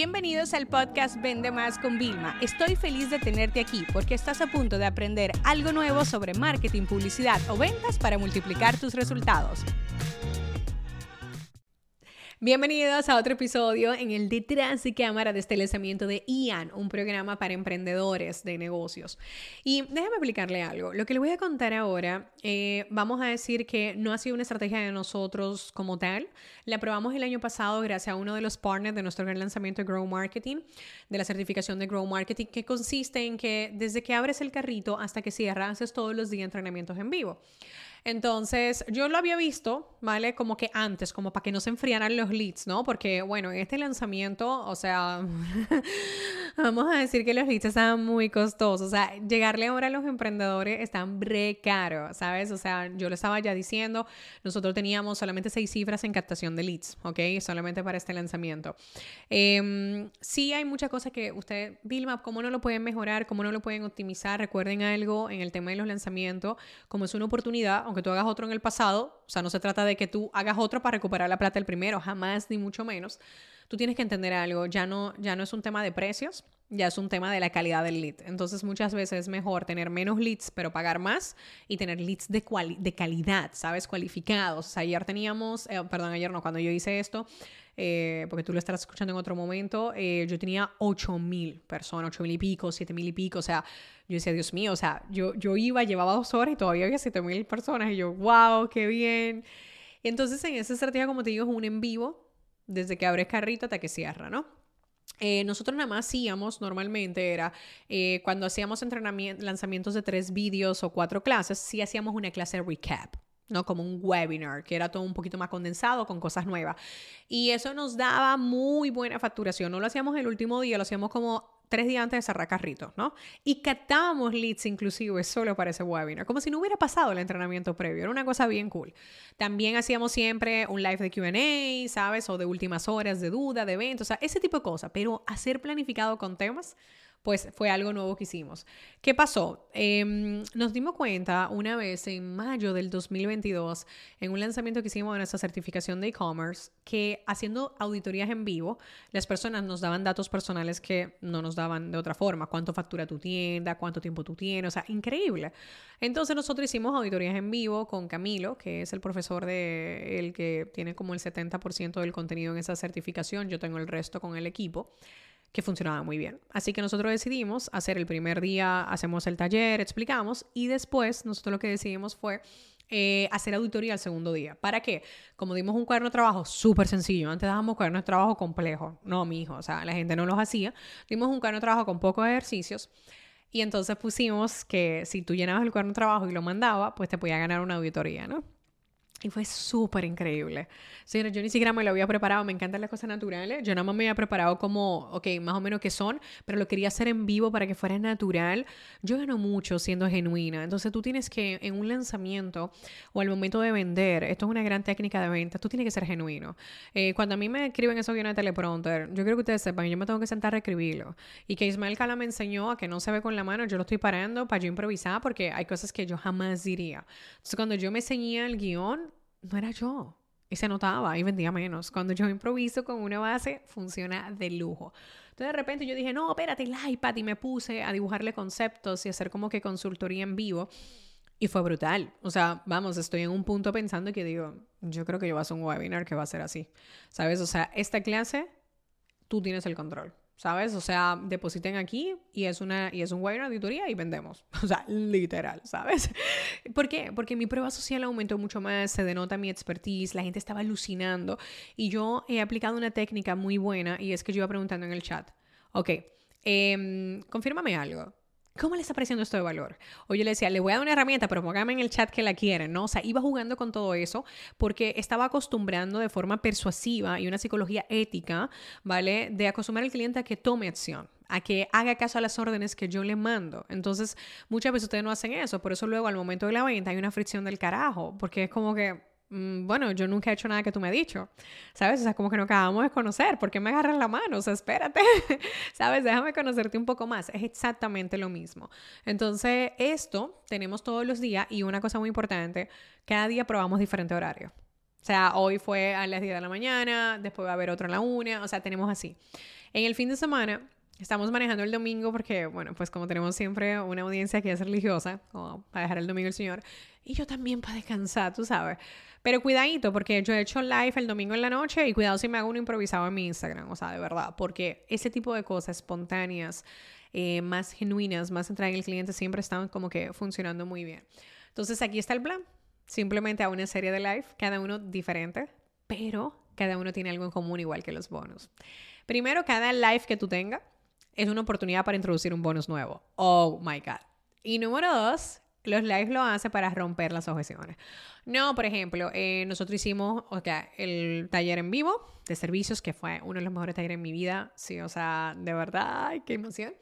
Bienvenidos al podcast Vende Más con Vilma. Estoy feliz de tenerte aquí porque estás a punto de aprender algo nuevo sobre marketing, publicidad o ventas para multiplicar tus resultados. Bienvenidos a otro episodio en el Detrás de Cámara de este lanzamiento de IAN, un programa para emprendedores de negocios. Y déjame explicarle algo. Lo que le voy a contar ahora, vamos a decir que no ha sido una estrategia de nosotros como tal. La probamos el año pasado gracias a uno de los partners de nuestro gran lanzamiento de Grow Marketing, de la certificación de Grow Marketing, que consiste en que desde que abres el carrito hasta que cierras, haces todos los días entrenamientos en vivo. Entonces, yo lo había visto, ¿vale? Como que antes, como para que no se enfriaran los leads, ¿no? Porque, bueno, en este lanzamiento, o sea, vamos a decir que los leads estaban muy costosos. O sea, llegarle ahora a los emprendedores están re caros, ¿sabes? O sea, yo lo estaba ya diciendo, nosotros teníamos solamente 6 cifras en captación de leads, ¿ok? Solamente para este lanzamiento. Sí hay muchas cosas que usted, Vilma, ¿cómo no lo pueden mejorar? ¿Cómo no lo pueden optimizar? Recuerden algo en el tema de los lanzamientos, como es una oportunidad, aunque tú hagas otro en el pasado, o sea, no se trata de que tú hagas otro para recuperar la plata del primero, jamás, ni mucho menos. Tú tienes que entender algo, ya no es un tema de precios, ya es un tema de la calidad del lead. Entonces, muchas veces es mejor tener menos leads, pero pagar más y tener leads de calidad, ¿sabes? Cualificados. O sea, ayer no, cuando yo hice esto, porque tú lo estarás escuchando en otro momento, yo tenía 8,000 personas, 8,000 y pico, 7,000 y pico, o sea, yo decía, Dios mío, o sea, yo llevaba 2 horas y todavía había 7,000 personas y yo, wow, qué bien. Entonces, en esa estrategia, como te digo, es un en vivo, desde que abres carrito hasta que cierra, ¿no? Nosotros nada más hacíamos normalmente era cuando hacíamos lanzamientos de 3 vídeos o 4 clases, sí hacíamos una clase recap, ¿no? Como un webinar, que era todo un poquito más condensado con cosas nuevas. Y eso nos daba muy buena facturación. No lo hacíamos el último día, lo hacíamos como 3 días antes de cerrar carritos, ¿no? Y captábamos leads inclusive solo para ese webinar, como si no hubiera pasado el entrenamiento previo. Era una cosa bien cool. También hacíamos siempre un live de Q&A, ¿sabes? O de últimas horas, de duda, de eventos, o sea, ese tipo de cosas. Pero hacer planificado con temas, pues fue algo nuevo que hicimos. ¿Qué pasó? Nos dimos cuenta una vez en mayo del 2022, en un lanzamiento que hicimos de nuestra certificación de e-commerce, que haciendo auditorías en vivo, las personas nos daban datos personales que no nos daban de otra forma. Cuánto factura tu tienda, cuánto tiempo tú tienes, o sea, increíble. Entonces nosotros hicimos auditorías en vivo con Camilo, que es el profesor el que tiene como el 70% del contenido en esa certificación. Yo tengo el resto con el equipo, que funcionaba muy bien. Así que nosotros decidimos hacer el primer día, hacemos el taller, explicamos, y después nosotros lo que decidimos fue hacer auditoría el segundo día. ¿Para qué? Como dimos un cuaderno de trabajo súper sencillo, antes dábamos cuadernos de trabajo complejos, no, mijo, o sea, la gente no los hacía, dimos un cuaderno de trabajo con pocos ejercicios, y entonces pusimos que si tú llenabas el cuaderno de trabajo y lo mandabas, pues te podía ganar una auditoría, ¿no? Y fue súper increíble. Señora, yo ni siquiera me lo había preparado. Me encantan las cosas naturales. Yo nada más me había preparado como, ok, más o menos qué son, pero lo quería hacer en vivo para que fuera natural. Yo gano mucho siendo genuina. Entonces tú tienes que, en un lanzamiento o al momento de vender, esto es una gran técnica de venta, tú tienes que ser genuino. Cuando a mí me escriben esos guiones de teleprompter, yo quiero que ustedes sepan que yo me tengo que sentar a escribirlo. Y que Ismael Cala me enseñó a que no se ve con la mano, yo lo estoy parando para yo improvisar porque hay cosas que yo jamás diría. Entonces cuando yo me ceñía el guión, no era yo. Y se notaba y vendía menos. Cuando yo improviso con una base, funciona de lujo. Entonces de repente yo dije, no, espérate, el iPad. Y me puse a dibujarle conceptos y hacer como que consultoría en vivo. Y fue brutal. O sea, vamos, estoy en un punto pensando que digo, yo creo que yo voy a hacer un webinar que va a ser así. ¿Sabes? O sea, esta clase, tú tienes el control. ¿Sabes? O sea, depositen aquí y es un webinar de auditoría y vendemos. O sea, literal, ¿sabes? ¿Por qué? Porque mi prueba social aumentó mucho más, se denota mi expertise, la gente estaba alucinando y yo he aplicado una técnica muy buena y es que yo iba preguntando en el chat, ok, confírmame algo. ¿Cómo le está pareciendo esto de valor? O yo le decía, le voy a dar una herramienta, pero póngame en el chat que la quieren, ¿no? O sea, iba jugando con todo eso porque estaba acostumbrando de forma persuasiva y una psicología ética, ¿vale? De acostumbrar al cliente a que tome acción, a que haga caso a las órdenes que yo le mando. Entonces, muchas veces ustedes no hacen eso. Por eso luego al momento de la venta hay una fricción del carajo, porque es como que bueno, yo nunca he hecho nada que tú me has dicho, ¿sabes? O sea, como que nos acabamos de conocer, ¿por qué me agarras la mano? O sea, espérate, ¿sabes? Déjame conocerte un poco más. Es exactamente lo mismo. Entonces, esto tenemos todos los días y una cosa muy importante, cada día probamos diferente horario. O sea, hoy fue a las 10 de la mañana, después va a haber otro a la 1, o sea, tenemos así. En el fin de semana estamos manejando el domingo porque, bueno, pues como tenemos siempre una audiencia que es religiosa, como para dejar el domingo al Señor, y yo también para descansar, tú sabes. Pero cuidadito, porque yo he hecho live el domingo en la noche y cuidado si me hago uno improvisado en mi Instagram, o sea, de verdad, porque ese tipo de cosas espontáneas, más genuinas, más centradas en el cliente, siempre están como que funcionando muy bien. Entonces aquí está el plan. Simplemente a una serie de live, cada uno diferente, pero cada uno tiene algo en común igual que los bonus. Primero, cada live que tú tengas es una oportunidad para introducir un bonus nuevo. Oh my God. Y número 2, los lives lo hace para romper las objeciones. No, por ejemplo, nosotros hicimos el taller en vivo de servicios, que fue uno de los mejores talleres en mi vida. Sí, o sea, de verdad, ay, qué emoción.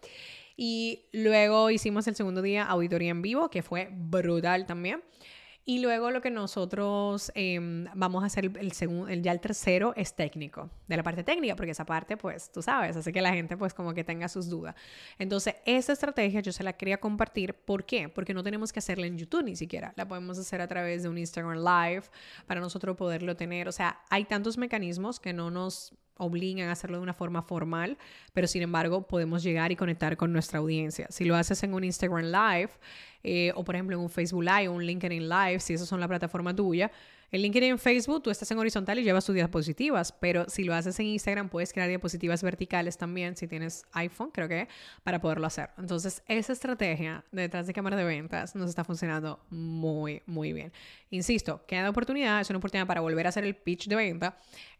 Y luego hicimos el segundo día auditoría en vivo, que fue brutal también. Y luego lo que nosotros vamos a hacer ya el tercero es técnico, de la parte técnica, porque esa parte, pues, tú sabes, hace que la gente, pues, como que tenga sus dudas. Entonces, esa estrategia yo se la quería compartir. ¿Por qué? Porque no tenemos que hacerla en YouTube ni siquiera. La podemos hacer a través de un Instagram Live para nosotros poderlo tener. O sea, hay tantos mecanismos que no nos obligan a hacerlo de una forma formal, pero sin embargo podemos llegar y conectar con nuestra audiencia. Si lo haces en un Instagram Live o por ejemplo en un Facebook Live o un LinkedIn Live, si esas son la plataforma tuya, en LinkedIn y en Facebook tú estás en horizontal y llevas tus diapositivas, pero si lo haces en Instagram puedes crear diapositivas verticales también si tienes iPhone, creo que, para poderlo hacer. Entonces esa estrategia detrás de cámara de ventas nos está funcionando muy, muy bien. Insisto, cada oportunidad es una oportunidad para volver a hacer el pitch de venta.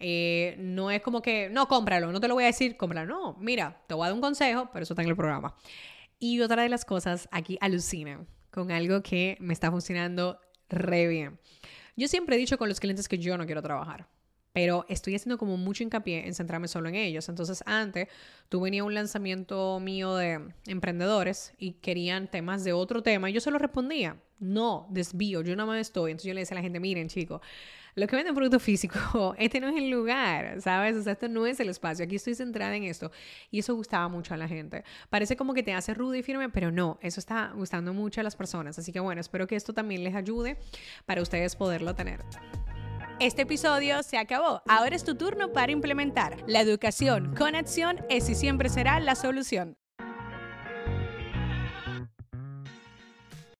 No es como que, no, cómpralo, no te lo voy a decir, cómpralo. No, mira, te voy a dar un consejo, pero eso está en el programa. Y otra de las cosas, aquí alucinan con algo que me está funcionando re bien. Yo siempre he dicho con los clientes que yo no quiero trabajar, pero estoy haciendo como mucho hincapié en centrarme solo en ellos. Entonces, antes tú venía un lanzamiento mío de emprendedores y querían temas de otro tema y yo se lo respondía. No, desvío, yo nada más estoy. Entonces yo le decía a la gente, miren chicos, lo que venden producto físico, este no es el lugar, ¿sabes? O sea, este no es el espacio, aquí estoy centrada en esto. Y eso gustaba mucho a la gente. Parece como que te hace rudo y firme, pero no, eso está gustando mucho a las personas. Así que bueno, espero que esto también les ayude para ustedes poderlo tener. Este episodio se acabó. Ahora es tu turno para implementar. La educación con acción es y siempre será la solución.